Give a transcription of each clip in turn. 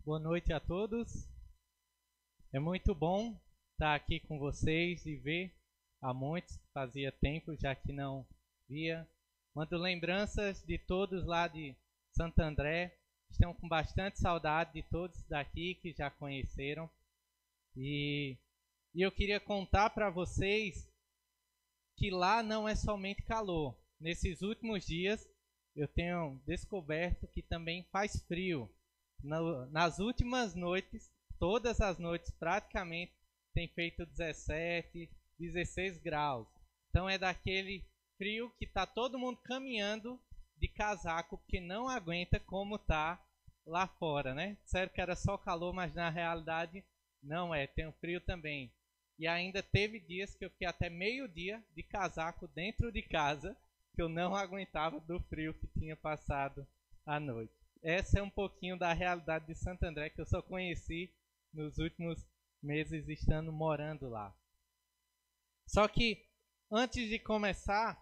Boa noite a todos. É muito bom estar aqui com vocês e ver a muitos. Fazia tempo já que não via. Mando lembranças de todos lá de Santo André. Estão com bastante saudade de todos daqui que já conheceram. E eu queria contar para vocês que lá não é somente calor. Nesses últimos dias eu tenho descoberto que também faz frio. Nas últimas noites, todas as noites praticamente tem feito 17, 16 graus. Então é daquele frio que está todo mundo caminhando de casaco, porque não aguenta como está lá fora, né? Sério que era só calor, mas na realidade não é, tem um frio também. E ainda teve dias que eu fiquei até meio-dia de casaco dentro de casa, que eu não aguentava do frio que tinha passado à noite. Essa é um pouquinho da realidade de Santo André que eu só conheci nos últimos meses estando morando lá. Só que antes de começar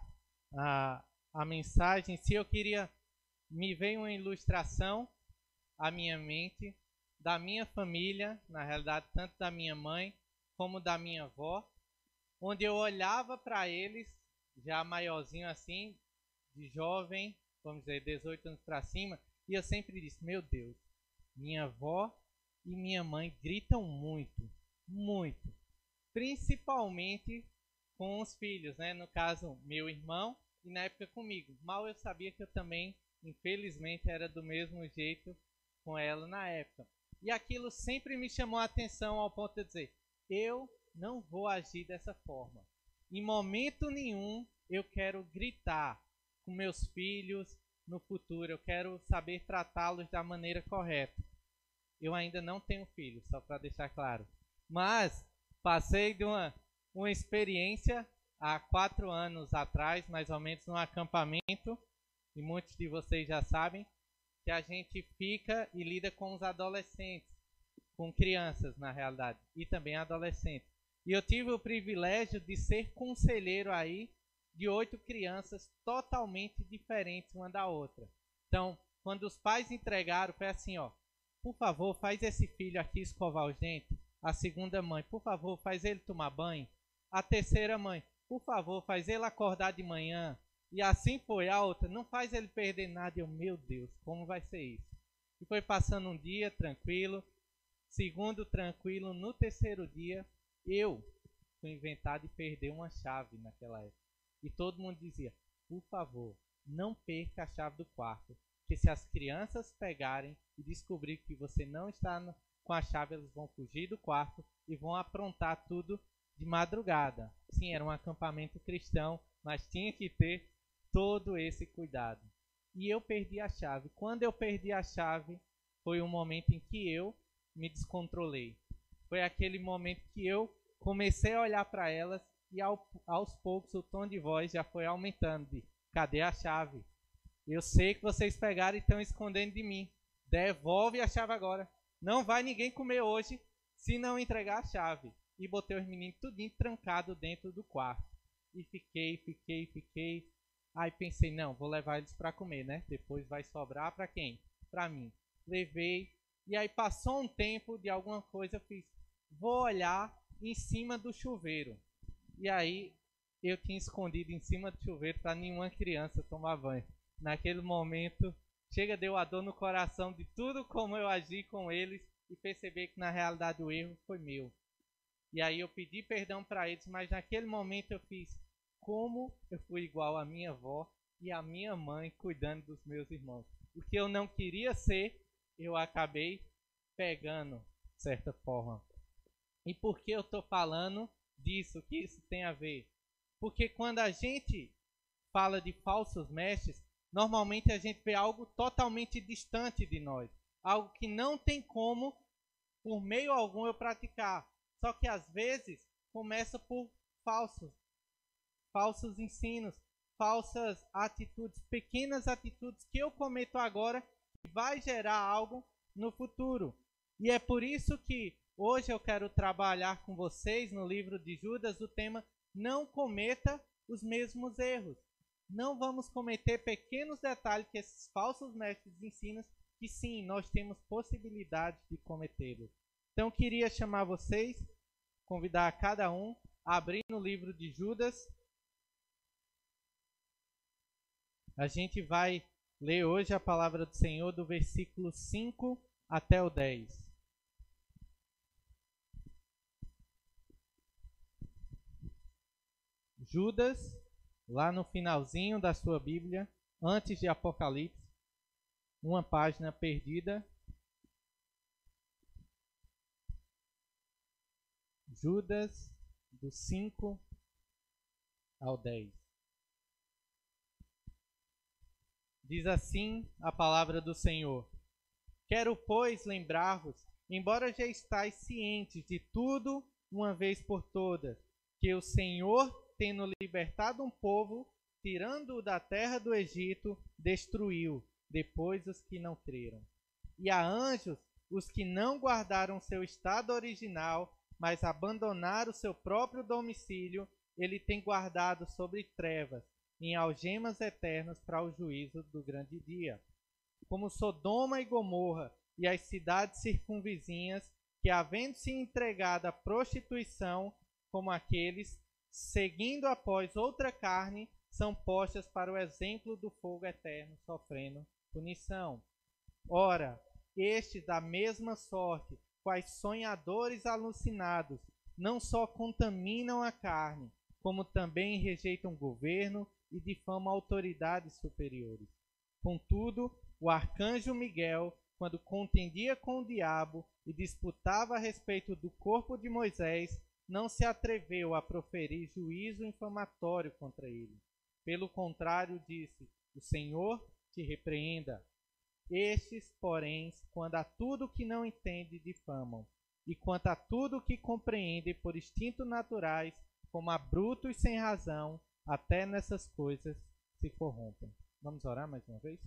a mensagem, se eu queria, me veio uma ilustração à minha mente da minha família, na realidade tanto da minha mãe como da minha avó, onde eu olhava para eles, já maiorzinho assim, de jovem, vamos dizer, 18 anos para cima, e eu sempre disse, meu Deus, minha avó e minha mãe gritam muito, muito. Principalmente com os filhos, né? No caso, meu irmão e na época comigo. Mal eu sabia que eu também, infelizmente, era do mesmo jeito com ela na época. E aquilo sempre me chamou a atenção ao ponto de dizer, eu não vou agir dessa forma. Em momento nenhum eu quero gritar com meus filhos no futuro. Eu quero saber tratá-los da maneira correta. Eu ainda não tenho filhos, só para deixar claro. Mas passei de uma experiência há 4 anos atrás, mais ou menos, num acampamento, e muitos de vocês já sabem, que a gente fica e lida com os adolescentes, com crianças na realidade, e também adolescentes. E eu tive o privilégio de ser conselheiro aí de 8 crianças totalmente diferentes uma da outra. Então, quando os pais entregaram, foi assim, ó, por favor, faz esse filho aqui escovar os dentes. A segunda mãe, por favor, faz ele tomar banho. A terceira mãe, por favor, faz ele acordar de manhã. E assim foi a outra, não faz ele perder nada. Eu, meu Deus, como vai ser isso? E foi passando um dia tranquilo, segundo tranquilo, no terceiro dia, eu fui inventar de perder uma chave naquela época. E todo mundo dizia, por favor, não perca a chave do quarto. Porque se as crianças pegarem e descobrir que você não está com a chave, elas vão fugir do quarto e vão aprontar tudo de madrugada. Sim, era um acampamento cristão, mas tinha que ter todo esse cuidado. E eu perdi a chave. Quando eu perdi a chave, foi um momento em que eu me descontrolei. Foi aquele momento que eu comecei a olhar para elas e aos poucos o tom de voz já foi aumentando de, cadê a chave? Eu sei que vocês pegaram e estão escondendo de mim. Devolve a chave agora. Não vai ninguém comer hoje se não entregar a chave. E botei os meninos tudinho trancado dentro do quarto. E fiquei. Aí pensei, não, vou levar eles para comer, né? Depois vai sobrar para quem? Para mim. Levei. E aí passou um tempo de alguma coisa, eu fiz, vou olhar em cima do chuveiro. E aí eu tinha escondido em cima do chuveiro para nenhuma criança tomar banho. Naquele momento, chega, deu a dor no coração de tudo como eu agi com eles e perceber que na realidade o erro foi meu. E aí eu pedi perdão para eles, mas naquele momento eu fiz como eu fui igual à minha avó e à minha mãe cuidando dos meus irmãos. O que eu não queria ser, eu acabei pegando, de certa forma. E por que eu estou falando disso? O que isso tem a ver? Porque quando a gente fala de falsos mestres, normalmente a gente vê algo totalmente distante de nós. Algo que não tem como, por meio algum, eu praticar. Só que às vezes começa por falsos ensinos, falsas atitudes, pequenas atitudes que eu cometo agora que vai gerar algo no futuro. E é por isso que hoje eu quero trabalhar com vocês no livro de Judas o tema não cometa os mesmos erros. Não vamos cometer pequenos detalhes que esses falsos mestres ensinam que sim, nós temos possibilidade de cometê-lo. Então, queria chamar vocês, convidar a cada um a abrir no livro de Judas. A gente vai ler hoje a palavra do Senhor do versículo 5 até o 10. Judas, lá no finalzinho da sua Bíblia, antes de Apocalipse, uma página perdida. Judas, do 5 ao 10. Diz assim a palavra do Senhor: Quero, pois, lembrar-vos, embora já estáis cientes de tudo uma vez por todas, que o Senhor, tendo libertado um povo, tirando-o da terra do Egito, destruiu depois os que não creram. E a anjos, os que não guardaram seu estado original, mas abandonaram seu próprio domicílio, ele tem guardado sobre trevas, em algemas eternas para o juízo do grande dia. Como Sodoma e Gomorra e as cidades circunvizinhas, que havendo-se entregado à prostituição, como aqueles, seguindo após outra carne, são postas para o exemplo do fogo eterno, sofrendo punição. Ora, estes da mesma sorte, quais sonhadores alucinados, não só contaminam a carne, como também rejeitam o governo e difamam autoridades superiores. Contudo, o arcanjo Miguel, quando contendia com o diabo e disputava a respeito do corpo de Moisés, não se atreveu a proferir juízo infamatório contra ele. Pelo contrário, disse: O Senhor te repreenda. Estes, porém, quando a tudo que não entende, difamam, e quanto a tudo que compreendem por instintos naturais, como a brutos sem razão, até nessas coisas se corrompem. Vamos orar mais uma vez?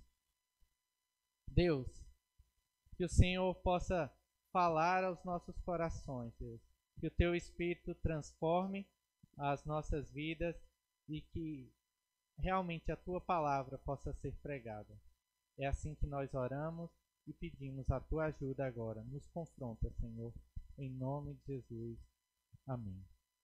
Deus, que o Senhor possa falar aos nossos corações, Deus. Que o Teu Espírito transforme as nossas vidas e que realmente a Tua palavra possa ser pregada. É assim que nós oramos e pedimos a Tua ajuda agora. Nos confronta, Senhor, em nome de Jesus. Amém.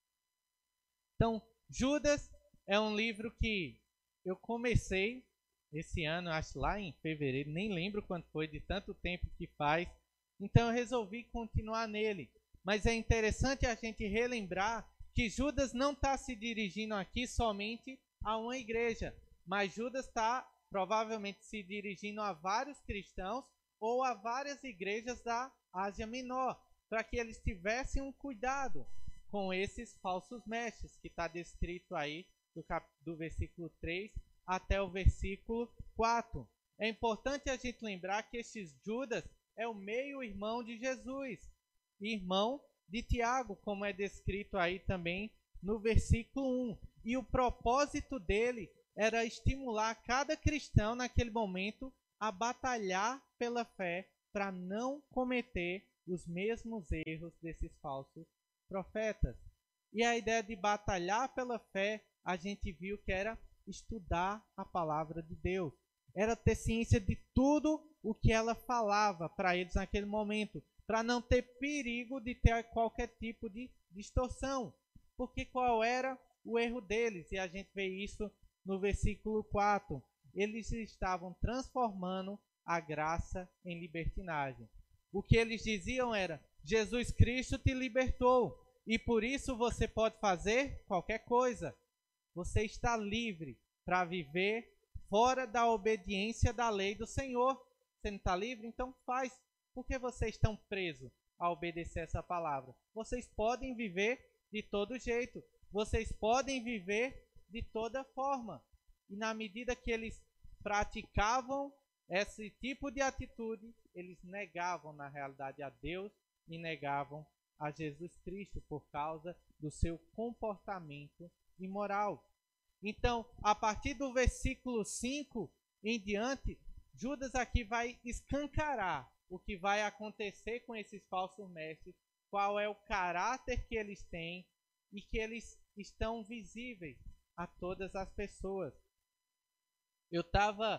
Então, Judas é um livro que eu comecei esse ano, acho lá em fevereiro, nem lembro quando foi, de tanto tempo que faz. Então eu resolvi continuar nele. Mas é interessante a gente relembrar que Judas não está se dirigindo aqui somente a uma igreja, mas Judas está provavelmente se dirigindo a vários cristãos ou a várias igrejas da Ásia Menor, para que eles tivessem um cuidado com esses falsos mestres, que está descrito aí do versículo 3 até o versículo 4. É importante a gente lembrar que esses Judas é o meio-irmão de Jesus, irmão de Tiago, como é descrito aí também no versículo 1. E o propósito dele era estimular cada cristão naquele momento a batalhar pela fé para não cometer os mesmos erros desses falsos profetas. E a ideia de batalhar pela fé, a gente viu que era estudar a palavra de Deus. Era ter ciência de tudo o que ela falava para eles naquele momento, para não ter perigo de ter qualquer tipo de distorção. Porque qual era o erro deles? E a gente vê isso no versículo 4. Eles estavam transformando a graça em libertinagem. O que eles diziam era: Jesus Cristo te libertou e por isso você pode fazer qualquer coisa. Você está livre para viver fora da obediência da lei do Senhor. Você não está livre? Então faz. Por que vocês estão presos a obedecer essa palavra? Vocês podem viver de todo jeito. Vocês podem viver de toda forma. E na medida que eles praticavam esse tipo de atitude, eles negavam na realidade a Deus e negavam a Jesus Cristo por causa do seu comportamento imoral. Então, a partir do versículo 5 em diante, Judas aqui vai escancarar o que vai acontecer com esses falsos mestres, qual é o caráter que eles têm e que eles estão visíveis a todas as pessoas. Eu estava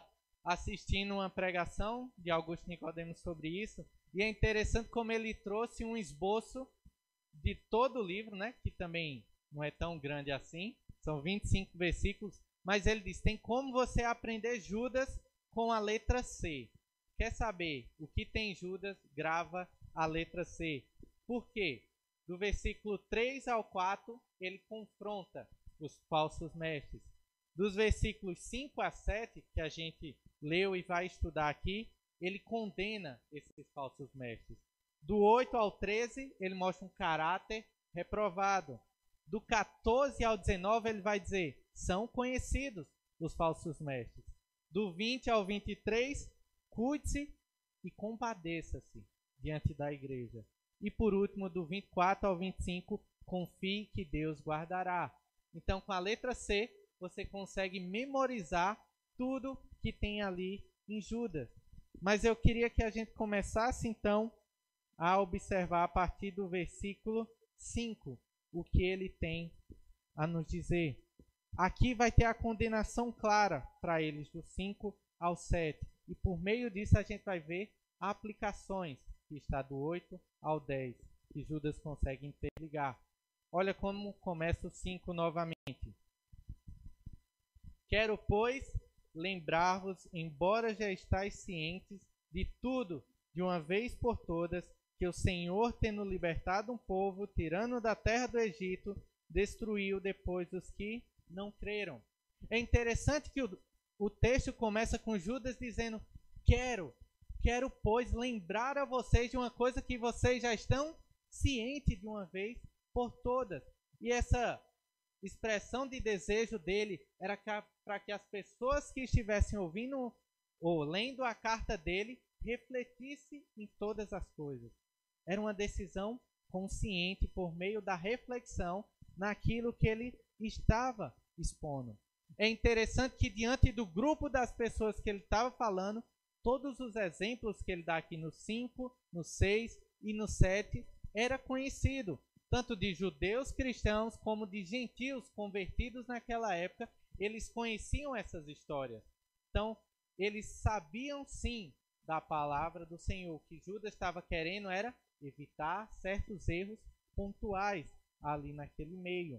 assistindo uma pregação de Augusto Nicodemos sobre isso, e é interessante como ele trouxe um esboço de todo o livro, né, que também não é tão grande assim, são 25 versículos, mas ele diz, tem como você aprender Judas com a letra C. Quer saber o que tem Judas? Grava a letra C. Por quê? Do versículo 3 ao 4, ele confronta os falsos mestres. Dos versículos 5 a 7, que a gente leu e vai estudar aqui, ele condena esses falsos mestres. Do 8 ao 13, ele mostra um caráter reprovado. Do 14 ao 19, ele vai dizer, são conhecidos os falsos mestres. Do 20 ao 23, cuide-se e compadeça-se diante da igreja. E por último, do 24 ao 25, confie que Deus guardará. Então, com a letra C, você consegue memorizar tudo que tem ali em Judas. Mas eu queria que a gente começasse, então, a observar a partir do versículo 5, o que ele tem a nos dizer. Aqui vai ter a condenação clara para eles, do 5 ao 7. E por meio disso a gente vai ver aplicações, que está do 8 ao 10, que Judas consegue interligar. Olha como começa o 5 novamente. Quero, pois, lembrar-vos, embora já estáis cientes de tudo, de uma vez por todas, que o Senhor, tendo libertado um povo, tirando da terra do Egito, destruiu depois os que não creram. É interessante que o texto começa com Judas dizendo, quero, pois, lembrar a vocês de uma coisa que vocês já estão cientes de uma vez por todas. E essa expressão de desejo dele era para que as pessoas que estivessem ouvindo ou lendo a carta dele refletissem em todas as coisas. Era uma decisão consciente por meio da reflexão naquilo que ele estava expondo. É interessante que diante do grupo das pessoas que ele estava falando, todos os exemplos que ele dá aqui no 5, no 6 e no 7 era conhecido, tanto de judeus cristãos como de gentios convertidos naquela época, eles conheciam essas histórias. Então, eles sabiam sim da palavra do Senhor. O que Judas estava querendo era evitar certos erros pontuais ali naquele meio.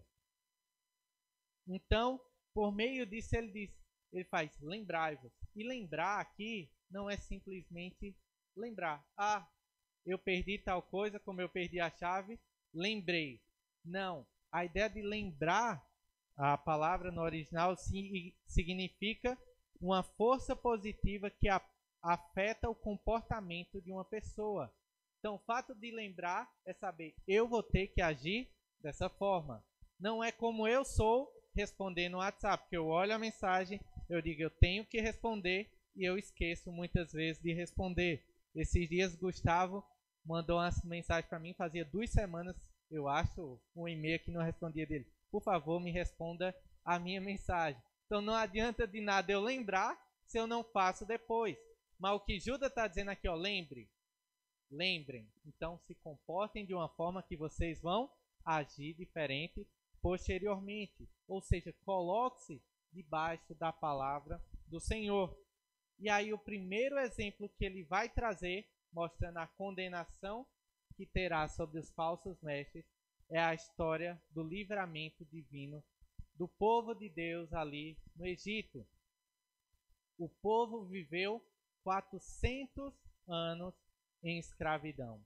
Então, por meio disso, ele faz, lembrai-vos. E lembrar aqui não é simplesmente lembrar. Ah, eu perdi tal coisa, como eu perdi a chave, lembrei. Não, a ideia de lembrar, a palavra no original significa uma força positiva que afeta o comportamento de uma pessoa. Então, o fato de lembrar é saber, eu vou ter que agir dessa forma. Não é como eu sou responder no WhatsApp, porque eu olho a mensagem, eu digo, eu tenho que responder e eu esqueço muitas vezes de responder. Esses dias, Gustavo mandou uma mensagem para mim, fazia 2 semanas, eu acho, um e-mail que não respondia dele. Por favor, me responda a minha mensagem. Então, não adianta de nada eu lembrar se eu não faço depois. Mas o que Judas está dizendo aqui, ó, lembrem. Então, se comportem de uma forma que vocês vão agir diferente posteriormente. Ou seja, coloque-se debaixo da palavra do Senhor. E aí o primeiro exemplo que ele vai trazer, mostrando a condenação que terá sobre os falsos mestres, é a história do livramento divino do povo de Deus ali no Egito. O povo viveu 400 anos em escravidão.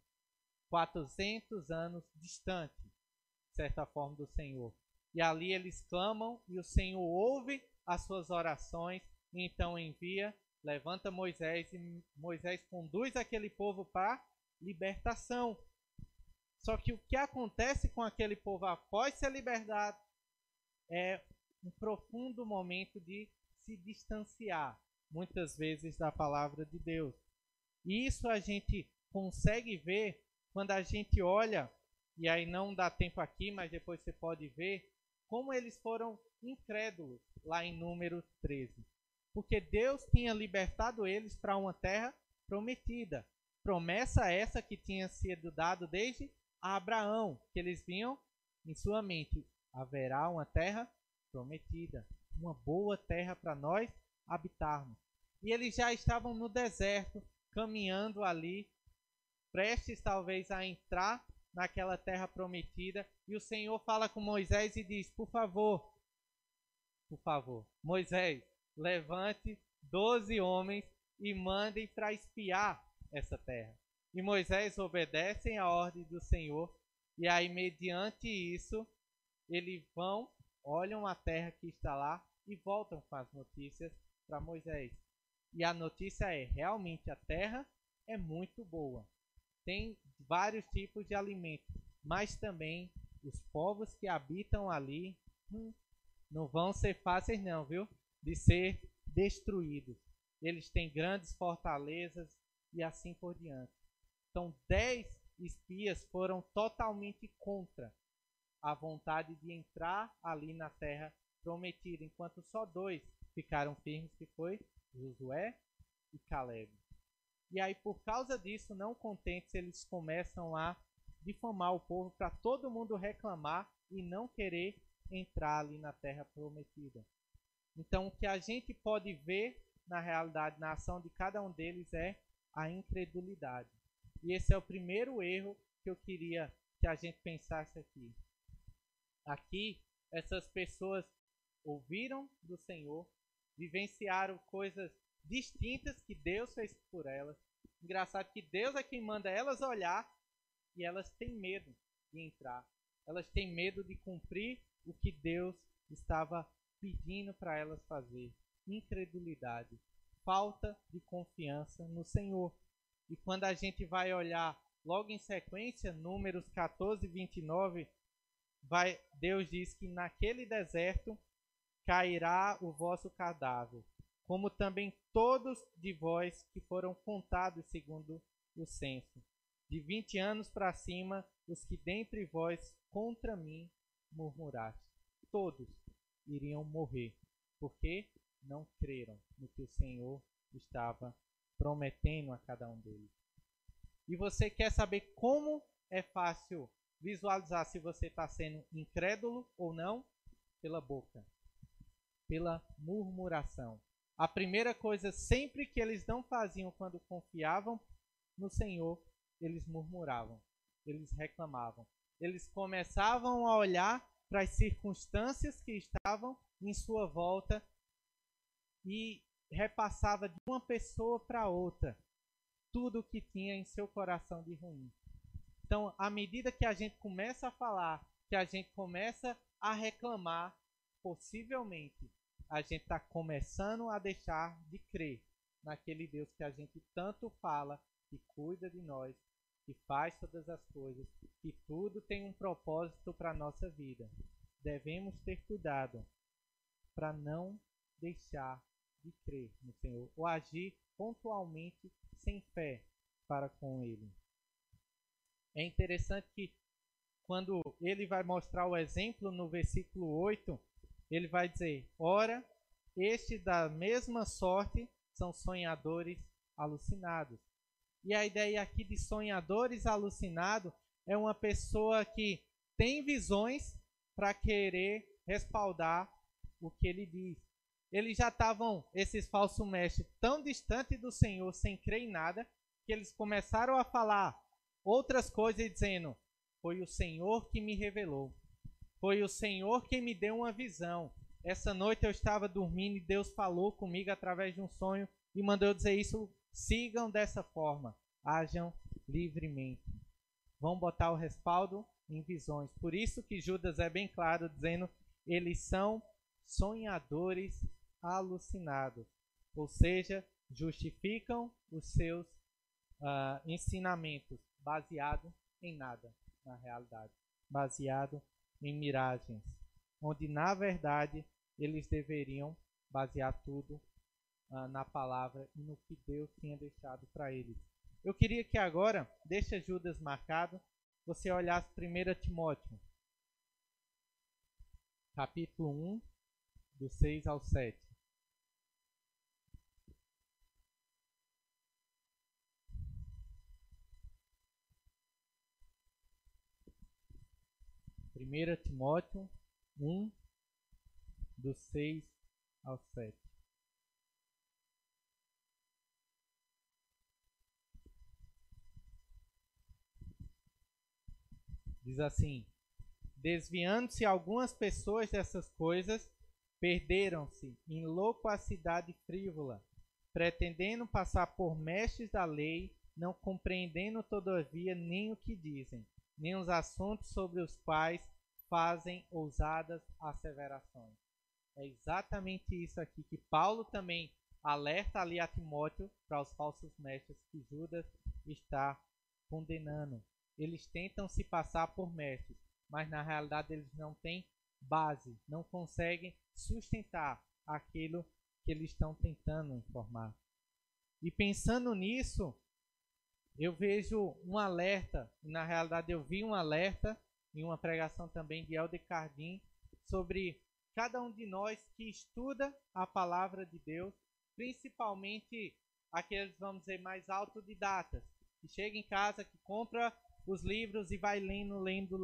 400 anos distante, de certa forma, do Senhor. E ali eles clamam e o Senhor ouve as suas orações e então envia, levanta Moisés e Moisés conduz aquele povo para libertação. Só que o que acontece com aquele povo após ser libertado é um profundo momento de se distanciar, muitas vezes, da palavra de Deus. E isso a gente consegue ver quando a gente olha, e aí não dá tempo aqui, mas depois você pode ver, como eles foram incrédulos lá em Números 13. Porque Deus tinha libertado eles para uma terra prometida. Promessa essa que tinha sido dada desde Abraão, que eles vinham em sua mente. Haverá uma terra prometida, uma boa terra para nós habitarmos. E eles já estavam no deserto, caminhando ali, prestes talvez a entrar naquela terra prometida. E o Senhor fala com Moisés e diz: por favor, Moisés, levante 12 homens e mandem para espiar essa terra. E Moisés obedece a ordem do Senhor. E aí, mediante isso, eles vão, olham a terra que está lá e voltam com as notícias para Moisés. E a notícia é: realmente a terra é muito boa. Tem vários tipos de alimento, mas também os povos que habitam ali não vão ser fáceis não, viu? De ser destruídos. Eles têm grandes fortalezas e assim por diante. Então, 10 espias foram totalmente contra a vontade de entrar ali na terra prometida, enquanto só 2 ficaram firmes, que foi Josué e Caleb. E aí, por causa disso, não contentes, eles começam a difamar o povo para todo mundo reclamar e não querer entrar ali na terra prometida. Então, o que a gente pode ver na realidade, na ação de cada um deles, é a incredulidade. E esse é o primeiro erro que eu queria que a gente pensasse aqui. Aqui, essas pessoas ouviram do Senhor, vivenciaram coisas distintas que Deus fez por elas. Engraçado que Deus é quem manda elas olhar e elas têm medo de entrar. Elas têm medo de cumprir o que Deus estava pedindo para elas fazer. Incredulidade, falta de confiança no Senhor. E quando a gente vai olhar logo em sequência, Números 14, 29, Deus diz que naquele deserto cairá o vosso cadáver, como também todos de vós que foram contados segundo o censo. De 20 anos para cima, os que dentre vós contra mim murmuraste. Todos iriam morrer, porque não creram no que o Senhor estava prometendo a cada um deles. E você quer saber como é fácil visualizar se você está sendo incrédulo ou não? Pela boca, pela murmuração. A primeira coisa sempre que eles não faziam quando confiavam no Senhor, eles murmuravam, eles reclamavam. Eles começavam a olhar para as circunstâncias que estavam em sua volta e repassava de uma pessoa para outra tudo o que tinha em seu coração de ruim. Então, à medida que a gente começa a falar, que a gente começa a reclamar, possivelmente a gente está começando a deixar de crer naquele Deus que a gente tanto fala, que cuida de nós, que faz todas as coisas, que tudo tem um propósito para a nossa vida. Devemos ter cuidado para não deixar de crer no Senhor ou agir pontualmente sem fé para com Ele. É interessante que quando ele vai mostrar o exemplo no versículo 8, ele vai dizer: ora, estes da mesma sorte são sonhadores alucinados. E a ideia aqui de sonhadores alucinados é uma pessoa que tem visões para querer respaldar o que ele diz. Eles já estavam, esses falsos mestres, tão distantes do Senhor, sem crer em nada, que eles começaram a falar outras coisas dizendo: foi o Senhor que me revelou. Foi o Senhor que me deu uma visão. Essa noite eu estava dormindo e Deus falou comigo através de um sonho e mandou eu dizer isso. Sigam dessa forma. Hajam livremente. Vão botar o respaldo em visões. Por isso que Judas é bem claro dizendo: eles são sonhadores alucinados. Ou seja, justificam os seus ensinamentos baseado em nada, na realidade, baseado em miragens, onde na verdade eles deveriam basear tudo na palavra e no que Deus tinha deixado para eles. Eu queria que agora, deixa Judas marcado, você olhasse 1 Timóteo, capítulo 1, do 6 ao 7. Primeira Timóteo 1, do 6 ao 7. Diz assim: desviando-se algumas pessoas dessas coisas, perderam-se em loquacidade frívola, pretendendo passar por mestres da lei, não compreendendo todavia nem o que dizem, nem os assuntos sobre os quais fazem ousadas asseverações. É exatamente isso aqui que Paulo também alerta ali a Timóteo para os falsos mestres que Judas está condenando. Eles tentam se passar por mestres, mas na realidade eles não têm base, não conseguem sustentar aquilo que eles estão tentando informar. E pensando nisso, eu vejo um alerta, na realidade eu vi um alerta em uma pregação também de Helder Cardim sobre cada um de nós que estuda a palavra de Deus, principalmente aqueles, vamos dizer, mais autodidatas, que chega em casa, que compra os livros e vai lendo.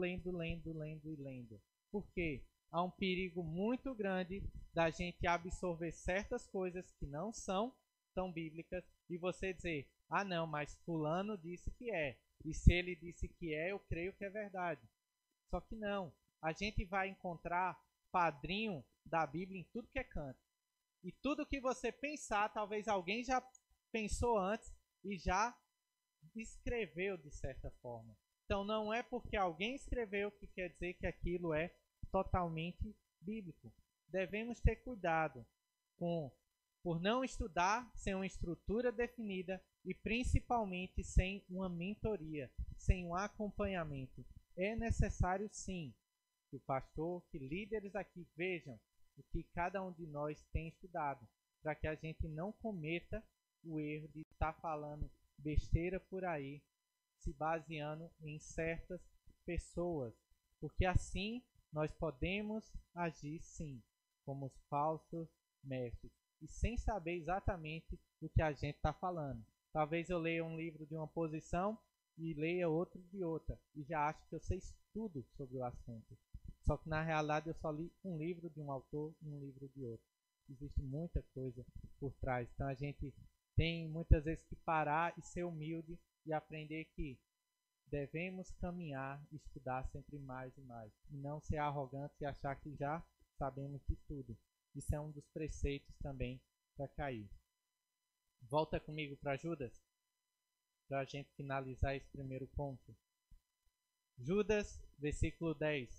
Por quê? Há um perigo muito grande da gente absorver certas coisas que não são tão bíblicas e você dizer, ah não, mas fulano disse que é, e se ele disse que é, eu creio que é verdade. Só que não, a gente vai encontrar padrinho da Bíblia em tudo que é canto. E tudo que você pensar, talvez alguém já pensou antes e já escreveu de certa forma. Então não é porque alguém escreveu que quer dizer que aquilo é totalmente bíblico. Devemos ter cuidado por não estudar sem uma estrutura definida e principalmente sem uma mentoria, sem um acompanhamento. É necessário sim que o pastor, que líderes aqui vejam o que cada um de nós tem estudado, para que a gente não cometa o erro de estar falando besteira por aí, se baseando em certas pessoas, porque assim nós podemos agir sim, como os falsos mestres, e sem saber exatamente o que a gente está falando. Talvez eu leia um livro de uma posição e leia outro de outra, e já acho que eu sei tudo sobre o assunto. Só que na realidade eu só li um livro de um autor e um livro de outro. Existe muita coisa por trás. Então a gente tem muitas vezes que parar e ser humilde e aprender que devemos caminhar e estudar sempre mais e mais. E não ser arrogante e achar que já sabemos de tudo. Isso é um dos preceitos também para cair. Volta comigo para Judas, para a gente finalizar esse primeiro ponto. Judas, versículo 10.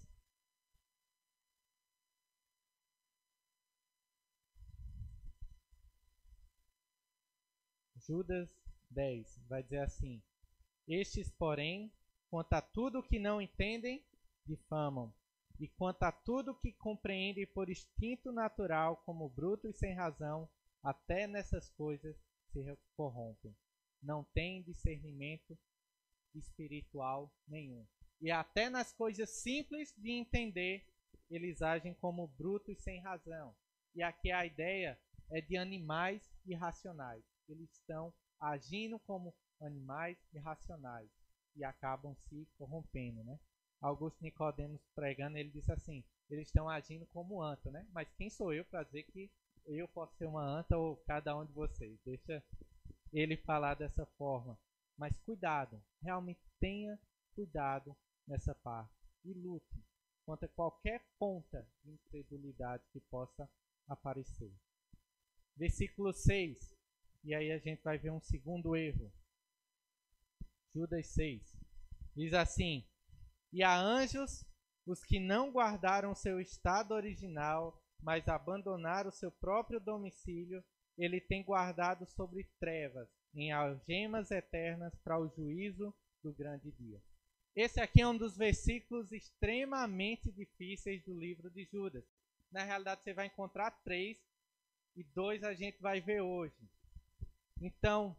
Judas 10 vai dizer assim: estes, porém, quanto a tudo que não entendem, difamam, e quanto a tudo que compreendem por instinto natural, como brutos sem razão, até nessas coisas se corrompem. Não têm discernimento espiritual nenhum. E até nas coisas simples de entender, eles agem como brutos sem razão. E aqui a ideia é de animais irracionais. Eles estão agindo como animais irracionais e acabam se corrompendo, né? Augusto Nicodemos pregando, ele disse assim: eles estão agindo como anta, né? Mas quem sou eu para dizer que eu posso ser uma anta ou cada um de vocês? Deixa ele falar dessa forma. Mas cuidado, realmente tenha cuidado nessa parte e lute contra qualquer ponta de incredulidade que possa aparecer. Versículo 6. E aí a gente vai ver um segundo erro. Judas 6. Diz assim: e a anjos, os que não guardaram seu estado original, mas abandonaram seu próprio domicílio, ele tem guardado sobre trevas, em algemas eternas para o juízo do grande dia. Esse aqui é um dos versículos extremamente difíceis do livro de Judas. Na realidade, você vai encontrar 3 e 2 a gente vai ver hoje. Então,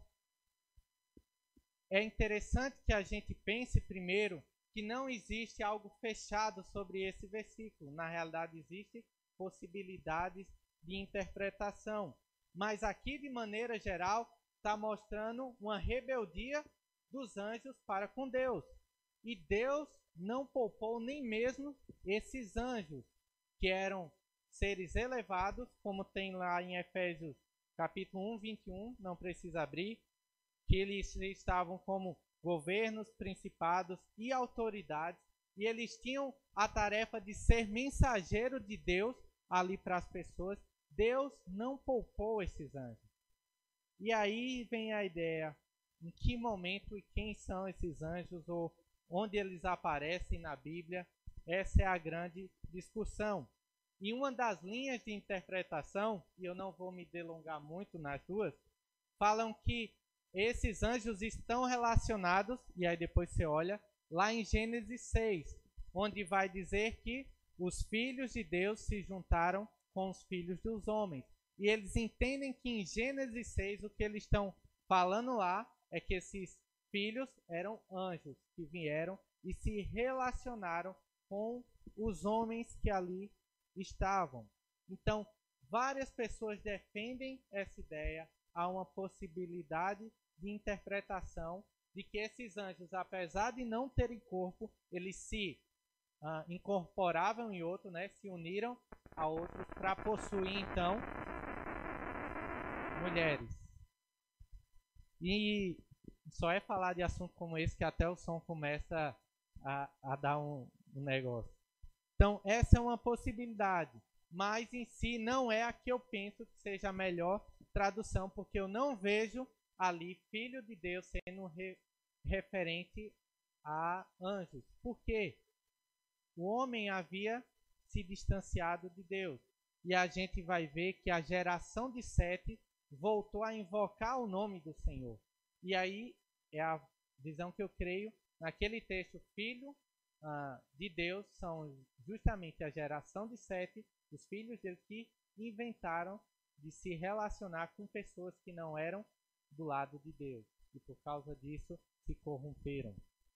é interessante que a gente pense primeiro que não existe algo fechado sobre esse versículo. Na realidade, existem possibilidades de interpretação. Mas aqui, de maneira geral, está mostrando uma rebeldia dos anjos para com Deus. E Deus não poupou nem mesmo esses anjos, que eram seres elevados, como tem lá em Efésios capítulo 1, 21, não precisa abrir, que eles estavam como governos, principados e autoridades e eles tinham a tarefa de ser mensageiro de Deus ali para as pessoas. Deus não poupou esses anjos. E aí vem a ideia, em que momento e quem são esses anjos, ou onde eles aparecem na Bíblia? Essa é a grande discussão. E uma das linhas de interpretação, e eu não vou me delongar muito nas duas, falam que esses anjos estão relacionados, e aí depois você olha, lá em Gênesis 6, onde vai dizer que os filhos de Deus se juntaram com os filhos dos homens. E eles entendem que em Gênesis 6, o que eles estão falando lá é que esses filhos eram anjos que vieram e se relacionaram com os homens que ali estavam. Então, várias pessoas defendem essa ideia. Há uma possibilidade de interpretação de que esses anjos, apesar de não terem corpo, eles se incorporavam em outro, né? Se uniram a outros para possuir, então, mulheres. E só é falar de assunto como esse que até o som começa a dar um negócio. Então, essa é uma possibilidade, mas em si não é a que eu penso que seja a melhor tradução, porque eu não vejo ali filho de Deus sendo referente a anjos. Por quê? O homem havia se distanciado de Deus. E a gente vai ver que a geração de Sete voltou a invocar o nome do Senhor. E aí é a visão que eu creio naquele texto, filho de Deus são justamente a geração de Sete, os filhos dele que inventaram de se relacionar com pessoas que não eram do lado de Deus. E por causa disso se corromperam.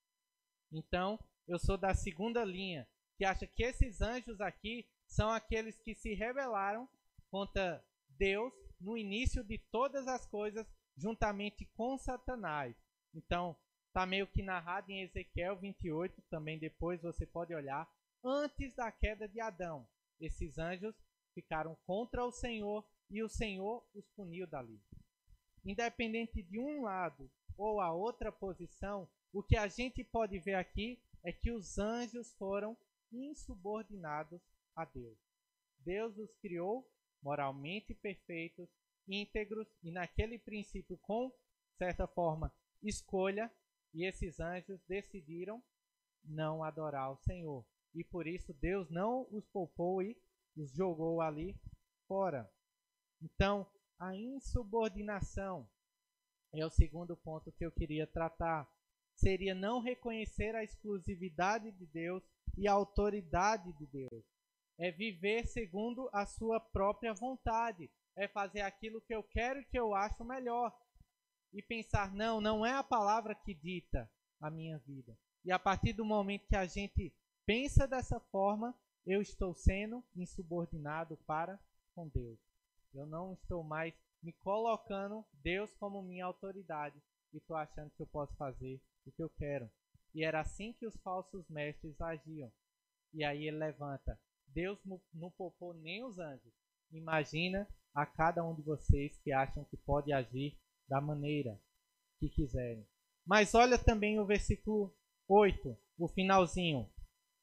Então, eu sou da segunda linha, que acha que esses anjos aqui são aqueles que se rebelaram contra Deus no início de todas as coisas, juntamente com Satanás. Então, está meio que narrado em Ezequiel 28, também depois você pode olhar, antes da queda de Adão. Esses anjos ficaram contra o Senhor e o Senhor os puniu dali. Independente de um lado ou a outra posição, o que a gente pode ver aqui é que os anjos foram insubordinados a Deus. Deus os criou moralmente perfeitos, íntegros e naquele princípio com certa forma escolha, e esses anjos decidiram não adorar o Senhor. E por isso Deus não os poupou e os jogou ali fora. Então, a insubordinação é o segundo ponto que eu queria tratar. Seria não reconhecer a exclusividade de Deus e a autoridade de Deus. É viver segundo a sua própria vontade. É fazer aquilo que eu quero e que eu acho melhor. E pensar, não é a palavra que dita a minha vida. E a partir do momento que a gente pensa dessa forma, eu estou sendo insubordinado para com Deus. Eu não estou mais me colocando Deus como minha autoridade e estou achando que eu posso fazer o que eu quero. E era assim que os falsos mestres agiam. E aí ele levanta, Deus não poupou nem os anjos. Imagina a cada um de vocês que acham que pode agir da maneira que quiserem. Mas olha também o versículo 8, o finalzinho,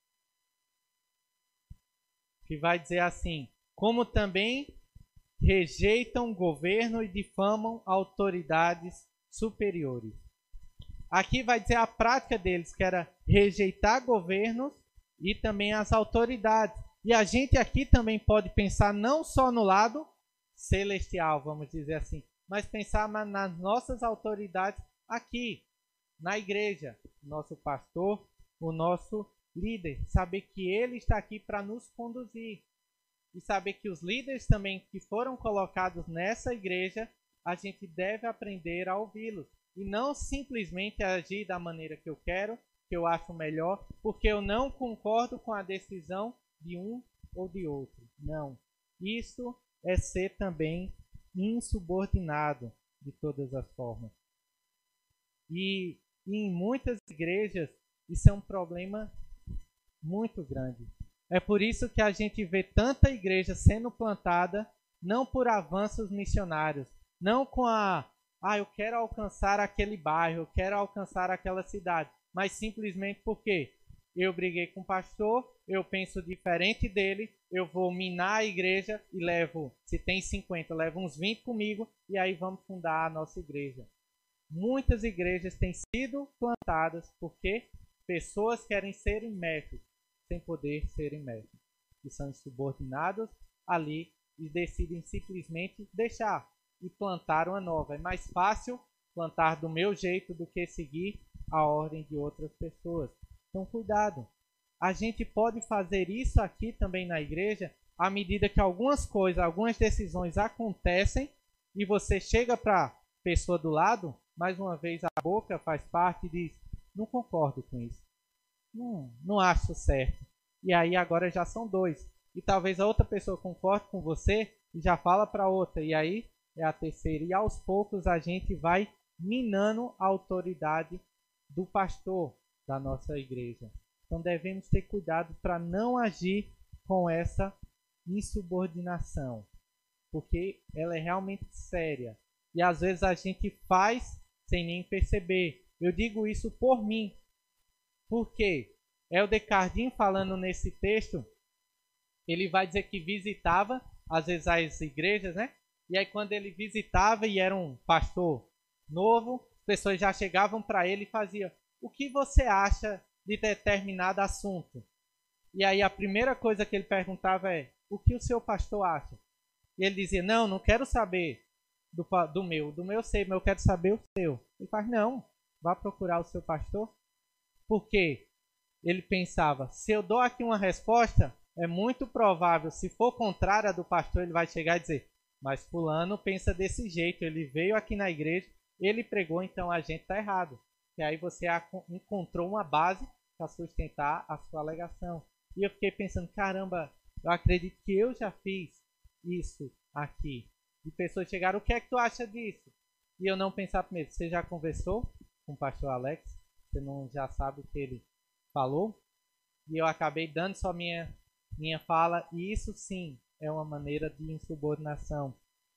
que vai dizer assim: como também rejeitam o governo e difamam autoridades superiores. Aqui vai dizer a prática deles, que era rejeitar governos e também as autoridades. E a gente aqui também pode pensar não só no lado celestial, vamos dizer assim, mas pensar nas nossas autoridades aqui, na igreja, nosso pastor, o nosso líder, saber que ele está aqui para nos conduzir. E saber que os líderes também que foram colocados nessa igreja, a gente deve aprender a ouvi-los. E não simplesmente agir da maneira que eu quero, que eu acho melhor, porque eu não concordo com a decisão de um ou de outro. Não. Isso é ser também insubordinado de todas as formas. E em muitas igrejas isso é um problema muito grande. É por isso que a gente vê tanta igreja sendo plantada, não por avanços missionários, não com eu quero alcançar aquele bairro, eu quero alcançar aquela cidade, mas simplesmente porque eu briguei com o pastor, eu penso diferente dele, eu vou minar a igreja e levo, se tem 50, eu levo uns 20 comigo e aí vamos fundar a nossa igreja. Muitas igrejas têm sido plantadas porque pessoas querem serem mestres sem poder serem mestres. E são insubordinados ali e decidem simplesmente deixar e plantar uma nova. É mais fácil plantar do meu jeito do que seguir a ordem de outras pessoas. Então, cuidado. A gente pode fazer isso aqui também na igreja à medida que algumas coisas, algumas decisões acontecem e você chega para a pessoa do lado, mais uma vez a boca faz parte e diz, não concordo com isso. Não acho certo. E aí agora já são dois. E talvez a outra pessoa concorde com você e já fala para outra. E aí é a terceira. E aos poucos a gente vai minando a autoridade do pastor da nossa igreja. Então devemos ter cuidado para não agir com essa insubordinação, porque ela é realmente séria. E às vezes a gente faz sem nem perceber. Eu digo isso por mim. Porque Helder Cardim, falando nesse texto, ele vai dizer que visitava, às vezes, as igrejas, né? E aí quando ele visitava e era um pastor novo, as pessoas já chegavam para ele e faziam, o que você acha de determinado assunto? E aí a primeira coisa que ele perguntava é, o que o seu pastor acha? E ele dizia, não quero saber do meu sei, mas eu quero saber o seu. Ele faz, não, vá procurar o seu pastor. Porque ele pensava, se eu dou aqui uma resposta, é muito provável, se for contrária do pastor, ele vai chegar e dizer, mas fulano pensa desse jeito, ele veio aqui na igreja, ele pregou, então a gente está errado. E aí você encontrou uma base para sustentar a sua alegação. E eu fiquei pensando, caramba, eu acredito que eu já fiz isso aqui. E pessoas chegaram, o que é que tu acha disso? E eu não pensar primeiro, você já conversou com o pastor Alex? Você não já sabe o que ele falou? E eu acabei dando só minha fala, e isso sim é uma maneira de insubordinação.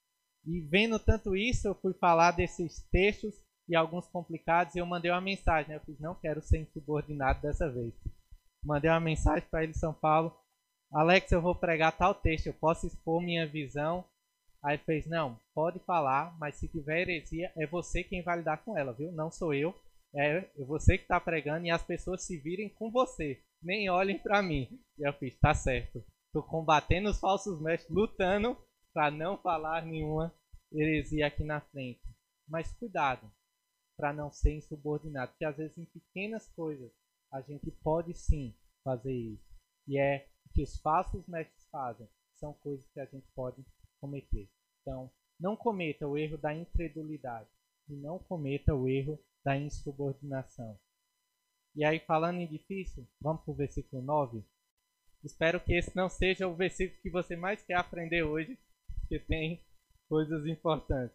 E vendo tanto isso, eu fui falar desses textos e alguns complicados, e eu mandei uma mensagem, né? Eu fiz, não quero ser insubordinado dessa vez. Mandei uma mensagem para ele em São Paulo, Alex, eu vou pregar tal texto, eu posso expor minha visão? Aí ele fez, não, pode falar, mas se tiver heresia, é você quem vai lidar com ela, viu? Não sou eu, é você que está pregando e as pessoas se virem com você, nem olhem para mim. E eu fiz, tá certo, estou combatendo os falsos mestres, lutando para não falar nenhuma heresia aqui na frente. Mas cuidado, para não ser insubordinado, porque às vezes em pequenas coisas a gente pode sim fazer isso. E é o que os falsos mestres fazem, são coisas que a gente pode cometer. Então, não cometa o erro da incredulidade e não cometa o erro da insubordinação. E aí, falando em difícil, vamos para o versículo 9. Espero que esse não seja o versículo que você mais quer aprender hoje, porque tem coisas importantes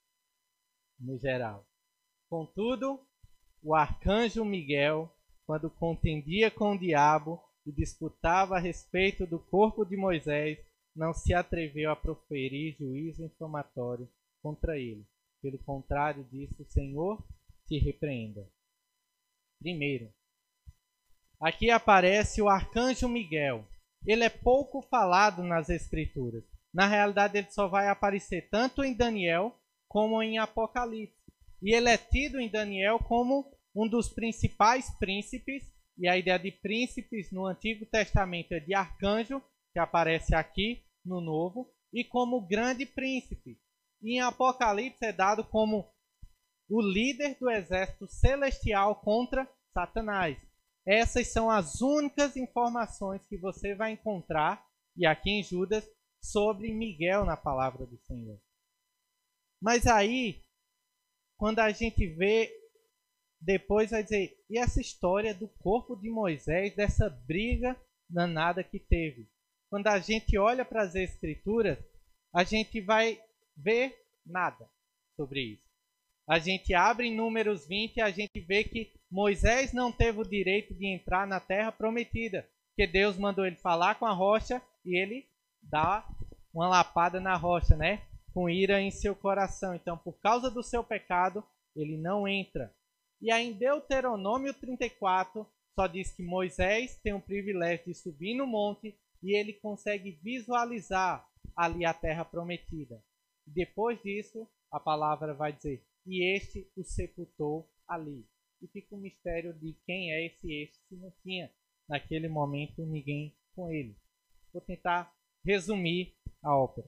no geral. Contudo, o arcanjo Miguel, quando contendia com o diabo e disputava a respeito do corpo de Moisés, não se atreveu a proferir juízo infamatório contra ele. Pelo contrário disso, o Senhor te repreenda. Primeiro, aqui aparece o arcanjo Miguel. Ele é pouco falado nas Escrituras. Na realidade, ele só vai aparecer tanto em Daniel como em Apocalipse. E ele é tido em Daniel como um dos principais príncipes. E a ideia de príncipes no Antigo Testamento é de arcanjo, que aparece aqui no Novo, e como grande príncipe. E em Apocalipse é dado como o líder do exército celestial contra Satanás. Essas são as únicas informações que você vai encontrar, e aqui em Judas, sobre Miguel na palavra do Senhor. Mas aí, quando a gente vê, depois vai dizer, e essa história do corpo de Moisés, dessa briga danada que teve? Quando a gente olha para as Escrituras, a gente vai ver nada sobre isso. A gente abre em Números 20 e a gente vê que Moisés não teve o direito de entrar na terra prometida, porque Deus mandou ele falar com a rocha e ele dá uma lapada na rocha, né? Com ira em seu coração. Então, por causa do seu pecado, ele não entra. E aí em Deuteronômio 34, só diz que Moisés tem o privilégio de subir no monte e ele consegue visualizar ali a terra prometida. Depois disso, a palavra vai dizer, e este o sepultou ali. E fica o mistério de quem é este, se não tinha naquele momento ninguém com ele. Vou tentar resumir a ópera.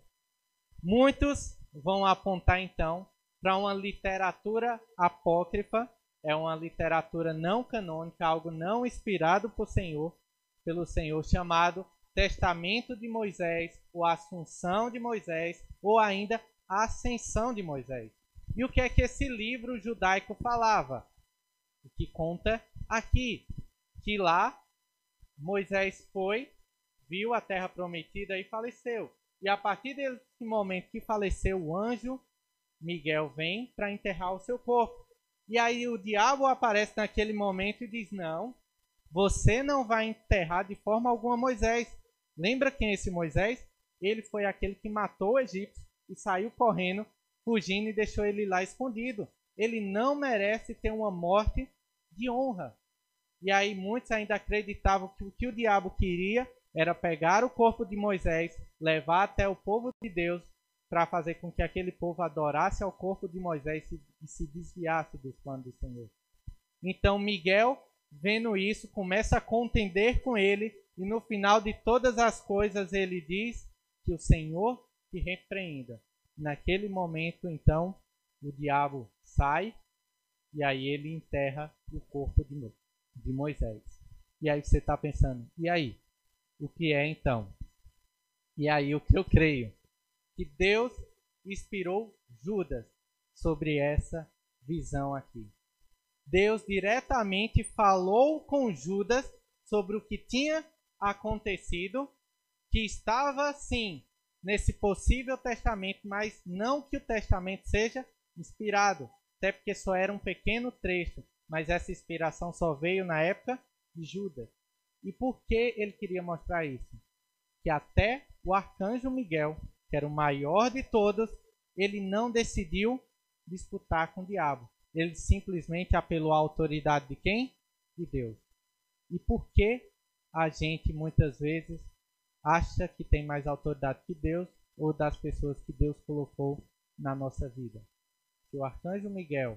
Muitos vão apontar então para uma literatura apócrifa, é uma literatura não canônica, algo não inspirado pelo Senhor, chamado Testamento de Moisés, ou Assunção de Moisés, ou ainda Ascensão de Moisés. E o que é que esse livro judaico falava? O que conta aqui, que lá Moisés viu a terra prometida e faleceu. E a partir desse momento que faleceu, o anjo Miguel vem para enterrar o seu corpo. E aí o diabo aparece naquele momento e diz, não, você não vai enterrar de forma alguma Moisés. Lembra quem é esse Moisés? Ele foi aquele que matou o egípcio e saiu correndo, fugindo e deixou ele lá escondido. Ele não merece ter uma morte de honra. E aí muitos ainda acreditavam que o que o diabo queria era pegar o corpo de Moisés, levar até o povo de Deus, para fazer com que aquele povo adorasse ao corpo de Moisés e se desviasse dos planos do Senhor. Então Miguel, vendo isso, começa a contender com ele, e no final de todas as coisas ele diz que o Senhor te repreenda. Naquele momento, então, o diabo sai, e aí ele enterra o corpo de Moisés. E aí você está pensando, e aí? O que é então? E aí o que eu creio? Que Deus inspirou Judas sobre essa visão aqui. Deus diretamente falou com Judas sobre o que tinha acontecido, que estava sim nesse possível testamento, mas não que o testamento seja inspirado, até porque só era um pequeno trecho, mas essa inspiração só veio na época de Judas. E por que ele queria mostrar isso? Que até o arcanjo Miguel, que era o maior de todos, ele não decidiu disputar com o diabo. Ele simplesmente apelou à autoridade de quem? De Deus. E por que a gente muitas vezes acha que tem mais autoridade que Deus ou das pessoas que Deus colocou na nossa vida? Se o arcanjo Miguel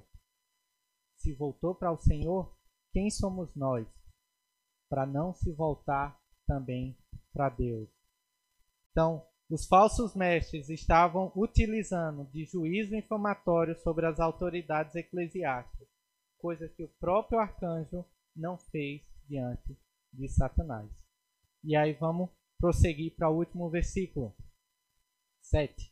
se voltou para o Senhor, quem somos nós para não se voltar também para Deus? Então, os falsos mestres estavam utilizando de juízo infamatório sobre as autoridades eclesiásticas, coisa que o próprio arcanjo não fez diante de Satanás. E aí vamos prosseguir para o último versículo, 7.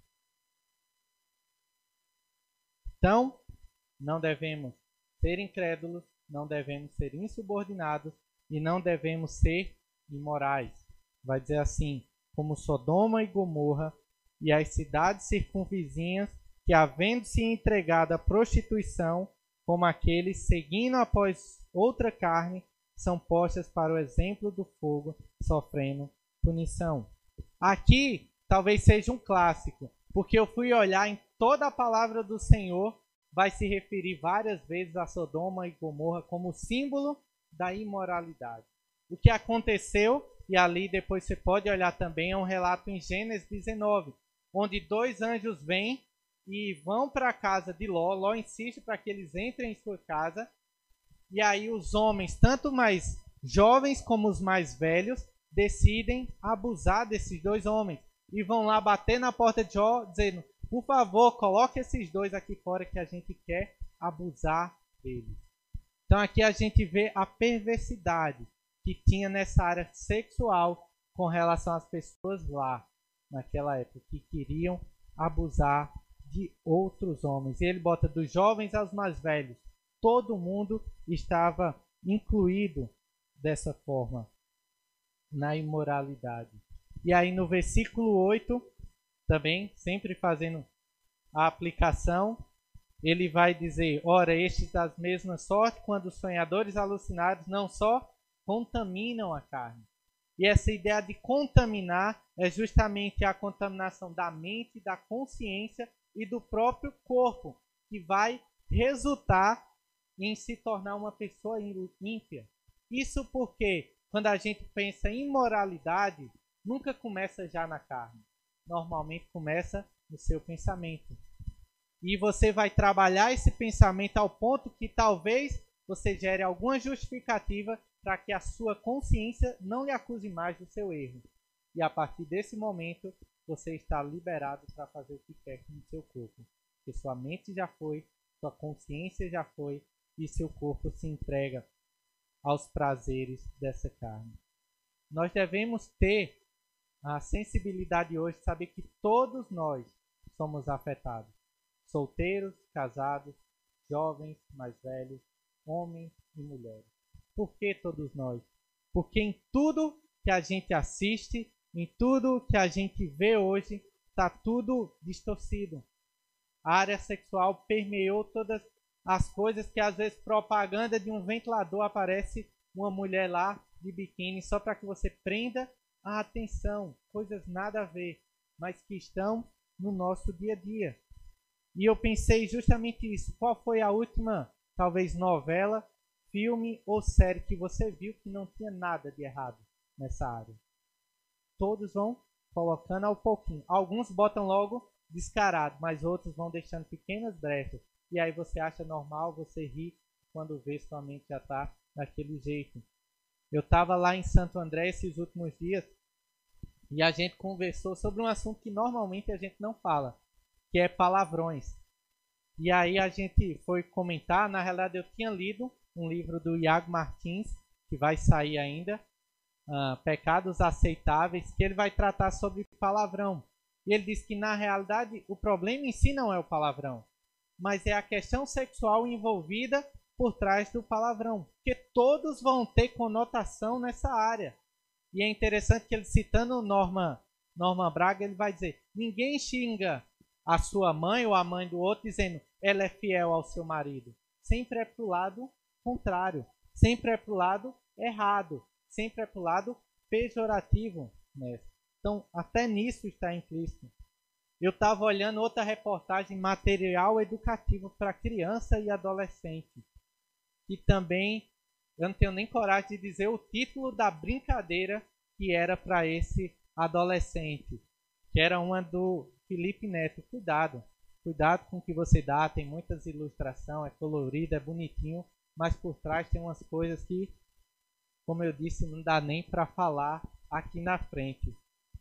Então, não devemos ser incrédulos, não devemos ser insubordinados e não devemos ser imorais. Vai dizer assim, como Sodoma e Gomorra e as cidades circunvizinhas, que havendo-se entregado à prostituição, como aqueles seguindo após outra carne, são postas para o exemplo do fogo, sofrendo punição. Aqui talvez seja um clássico, porque eu fui olhar em toda a palavra do Senhor, vai se referir várias vezes a Sodoma e Gomorra como símbolo da imoralidade. O que aconteceu, e ali depois você pode olhar também, é um relato em Gênesis 19, onde 2 anjos vêm e vão para a casa de Ló. Ló insiste para que eles entrem em sua casa. E aí os homens, tanto mais jovens como os mais velhos, decidem abusar desses 2 homens. E vão lá bater na porta de Jó, dizendo, por favor, coloque esses 2 aqui fora que a gente quer abusar deles. Então aqui a gente vê a perversidade que tinha nessa área sexual com relação às pessoas lá, naquela época, que queriam abusar de outros homens. E ele bota dos jovens aos mais velhos. Todo mundo estava incluído dessa forma na imoralidade. E aí no versículo 8, também, sempre fazendo a aplicação, ele vai dizer, ora, estes das mesmas sorte, quando os sonhadores alucinados não só contaminam a carne. E essa ideia de contaminar é justamente a contaminação da mente, da consciência e do próprio corpo, que vai resultar em se tornar uma pessoa ímpia. Isso porque quando a gente pensa em moralidade, nunca começa já na carne. Normalmente começa no seu pensamento. E você vai trabalhar esse pensamento ao ponto que talvez você gere alguma justificativa para que a sua consciência não lhe acuse mais do seu erro. E a partir desse momento, você está liberado para fazer o que quer com o seu corpo. Porque sua mente já foi, sua consciência já foi, e seu corpo se entrega aos prazeres dessa carne. Nós devemos ter a sensibilidade hoje de saber que todos nós somos afetados. Solteiros, casados, jovens, mais velhos, homens e mulheres. Por que todos nós? Porque em tudo que a gente assiste, em tudo que a gente vê hoje, está tudo distorcido. A área sexual permeou todas as coisas que às vezes propaganda de um ventilador aparece uma mulher lá de biquíni só para que você prenda a atenção. Coisas nada a ver, mas que estão no nosso dia a dia. E eu pensei justamente isso. Qual foi a última, talvez, novela, filme ou série que você viu que não tinha nada de errado nessa área? Todos vão colocando ao pouquinho. Alguns botam logo descarado, mas outros vão deixando pequenas brechas. E aí você acha normal, você ri quando vê sua mente já está daquele jeito. Eu estava lá em Santo André esses últimos dias e a gente conversou sobre um assunto que normalmente a gente não fala, que é palavrões. E aí a gente foi comentar, na realidade eu tinha lido um livro do Iago Martins, que vai sair ainda, Pecados Aceitáveis, que ele vai tratar sobre palavrão. E ele diz que na realidade o problema em si não é o palavrão, mas é a questão sexual envolvida por trás do palavrão, porque todos vão ter conotação nessa área. E é interessante que ele, citando Norma Braga, ele vai dizer: ninguém xinga a sua mãe ou a mãe do outro dizendo ela é fiel ao seu marido. Sempre é para o lado contrário, sempre é para o lado errado, sempre é para o lado pejorativo, né? Então, até nisso está implícito. Eu estava olhando outra reportagem, material educativo para criança e adolescente, que também, eu não tenho nem coragem de dizer o título da brincadeira que era para esse adolescente, que era uma do Felipe Neto. Cuidado com o que você dá, tem muitas ilustrações, é colorido, é bonitinho, mas por trás tem umas coisas que, como eu disse, não dá nem para falar aqui na frente.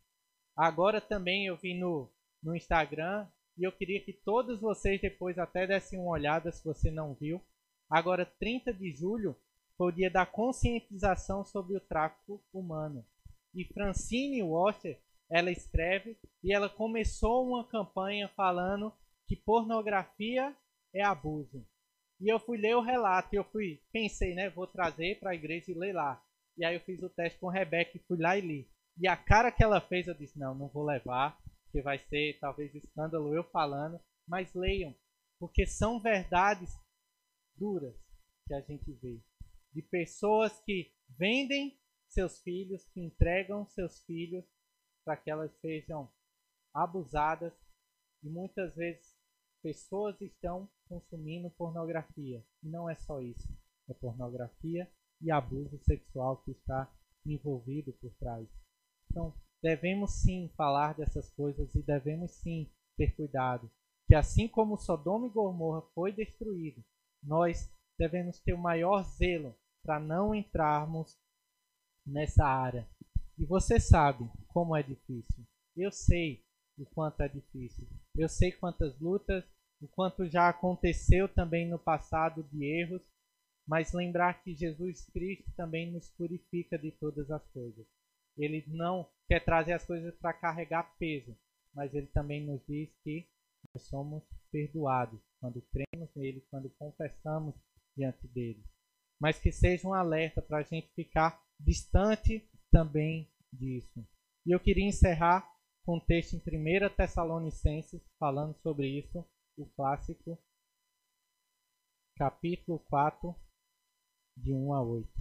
Agora também eu vi no Instagram e eu queria que todos vocês depois até dessem uma olhada se você não viu. Agora, 30 de julho, foi o dia da conscientização sobre o tráfico humano. E Francine Washer, ela escreve e ela começou uma campanha falando que pornografia é abuso. E eu fui ler o relato e pensei, né, vou trazer para a igreja e ler lá. E aí eu fiz o teste com a Rebeca e fui lá e li. E a cara que ela fez, eu disse, não vou levar, porque vai ser talvez escândalo eu falando, mas leiam, porque são verdades duras que a gente vê, de pessoas que vendem seus filhos, que entregam seus filhos para que elas sejam abusadas, e muitas vezes pessoas estão consumindo pornografia, e não é só isso, é pornografia e abuso sexual que está envolvido por trás. Então, devemos sim falar dessas coisas e devemos sim ter cuidado, que assim como Sodoma e Gomorra foi destruído, nós devemos ter o maior zelo para não entrarmos nessa área. E você sabe como é difícil. Eu sei o quanto é difícil. Eu sei quantas lutas, o quanto já aconteceu também no passado de erros, mas lembrar que Jesus Cristo também nos purifica de todas as coisas. Ele não quer trazer as coisas para carregar peso, mas ele também nos diz que nós somos perdoados quando cremos nele, quando confessamos diante dele. Mas que seja um alerta para a gente ficar distante também disso. E eu queria encerrar com um texto em 1 Tessalonicenses, falando sobre isso, o clássico, capítulo 4, de 1 a 8.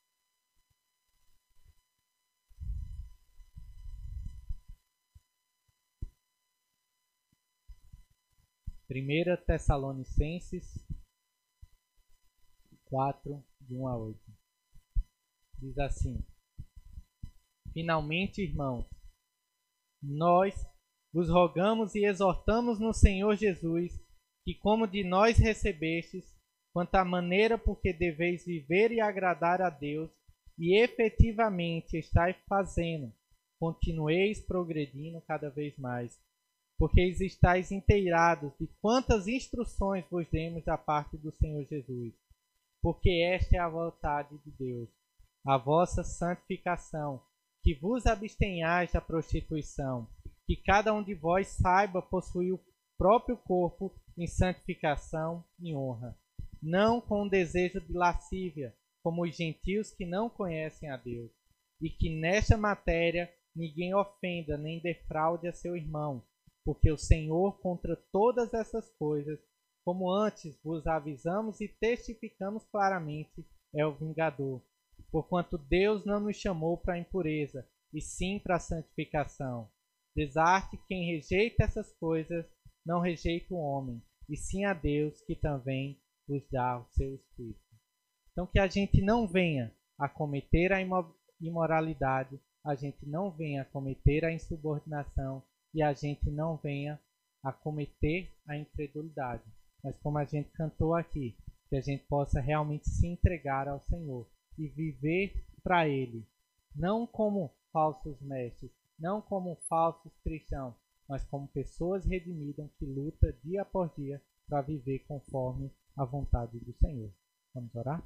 Primeira Tessalonicenses 4, de 1 a 8. Diz assim: Finalmente, irmãos, nós vos rogamos e exortamos no Senhor Jesus, que como de nós recebestes, quanto à maneira por que deveis viver e agradar a Deus, e efetivamente estáis fazendo, continueis progredindo cada vez mais, porque estáis inteirados de quantas instruções vos demos da parte do Senhor Jesus. Porque esta é a vontade de Deus, a vossa santificação, que vos abstenhais da prostituição, que cada um de vós saiba possuir o próprio corpo em santificação e honra, não com desejo de lascívia, como os gentios que não conhecem a Deus, e que nesta matéria ninguém ofenda nem defraude a seu irmão, porque o Senhor contra todas essas coisas, como antes vos avisamos e testificamos claramente, é o vingador. Porquanto Deus não nos chamou para a impureza, e sim para a santificação. Desarte quem rejeita essas coisas, não rejeita o homem, e sim a Deus, que também vos dá o seu Espírito. Então que a gente não venha a cometer a imoralidade, a gente não venha a cometer a insubordinação, e a gente não venha a cometer a incredulidade. Mas como a gente cantou aqui, que a gente possa realmente se entregar ao Senhor e viver para Ele, não como falsos mestres, não como falsos cristãos, mas como pessoas redimidas que lutam dia após dia para viver conforme a vontade do Senhor. Vamos orar?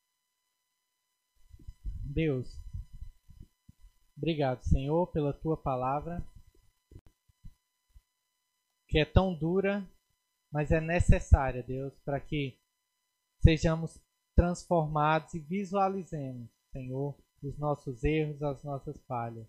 Deus, obrigado, Senhor, pela Tua palavra, que é tão dura, mas é necessária, Deus, para que sejamos transformados e visualizemos, Senhor, os nossos erros, as nossas falhas.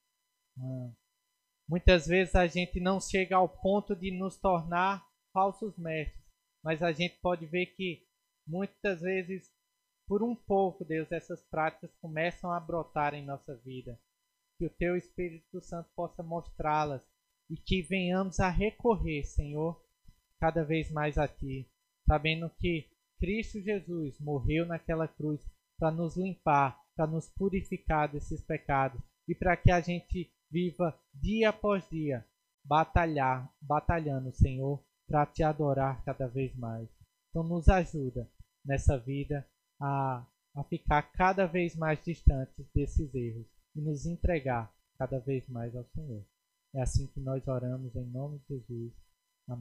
Muitas vezes a gente não chega ao ponto de nos tornar falsos mestres, mas a gente pode ver que muitas vezes, por um pouco, Deus, essas práticas começam a brotar em nossa vida. Que o Teu Espírito Santo possa mostrá-las e que venhamos a recorrer, Senhor, cada vez mais a Ti, sabendo que Cristo Jesus morreu naquela cruz para nos limpar, para nos purificar desses pecados e para que a gente viva dia após dia, batalhando, Senhor, para Te adorar cada vez mais. Então nos ajuda nessa vida a ficar cada vez mais distantes desses erros e nos entregar cada vez mais ao Senhor. É assim que nós oramos em nome de Jesus.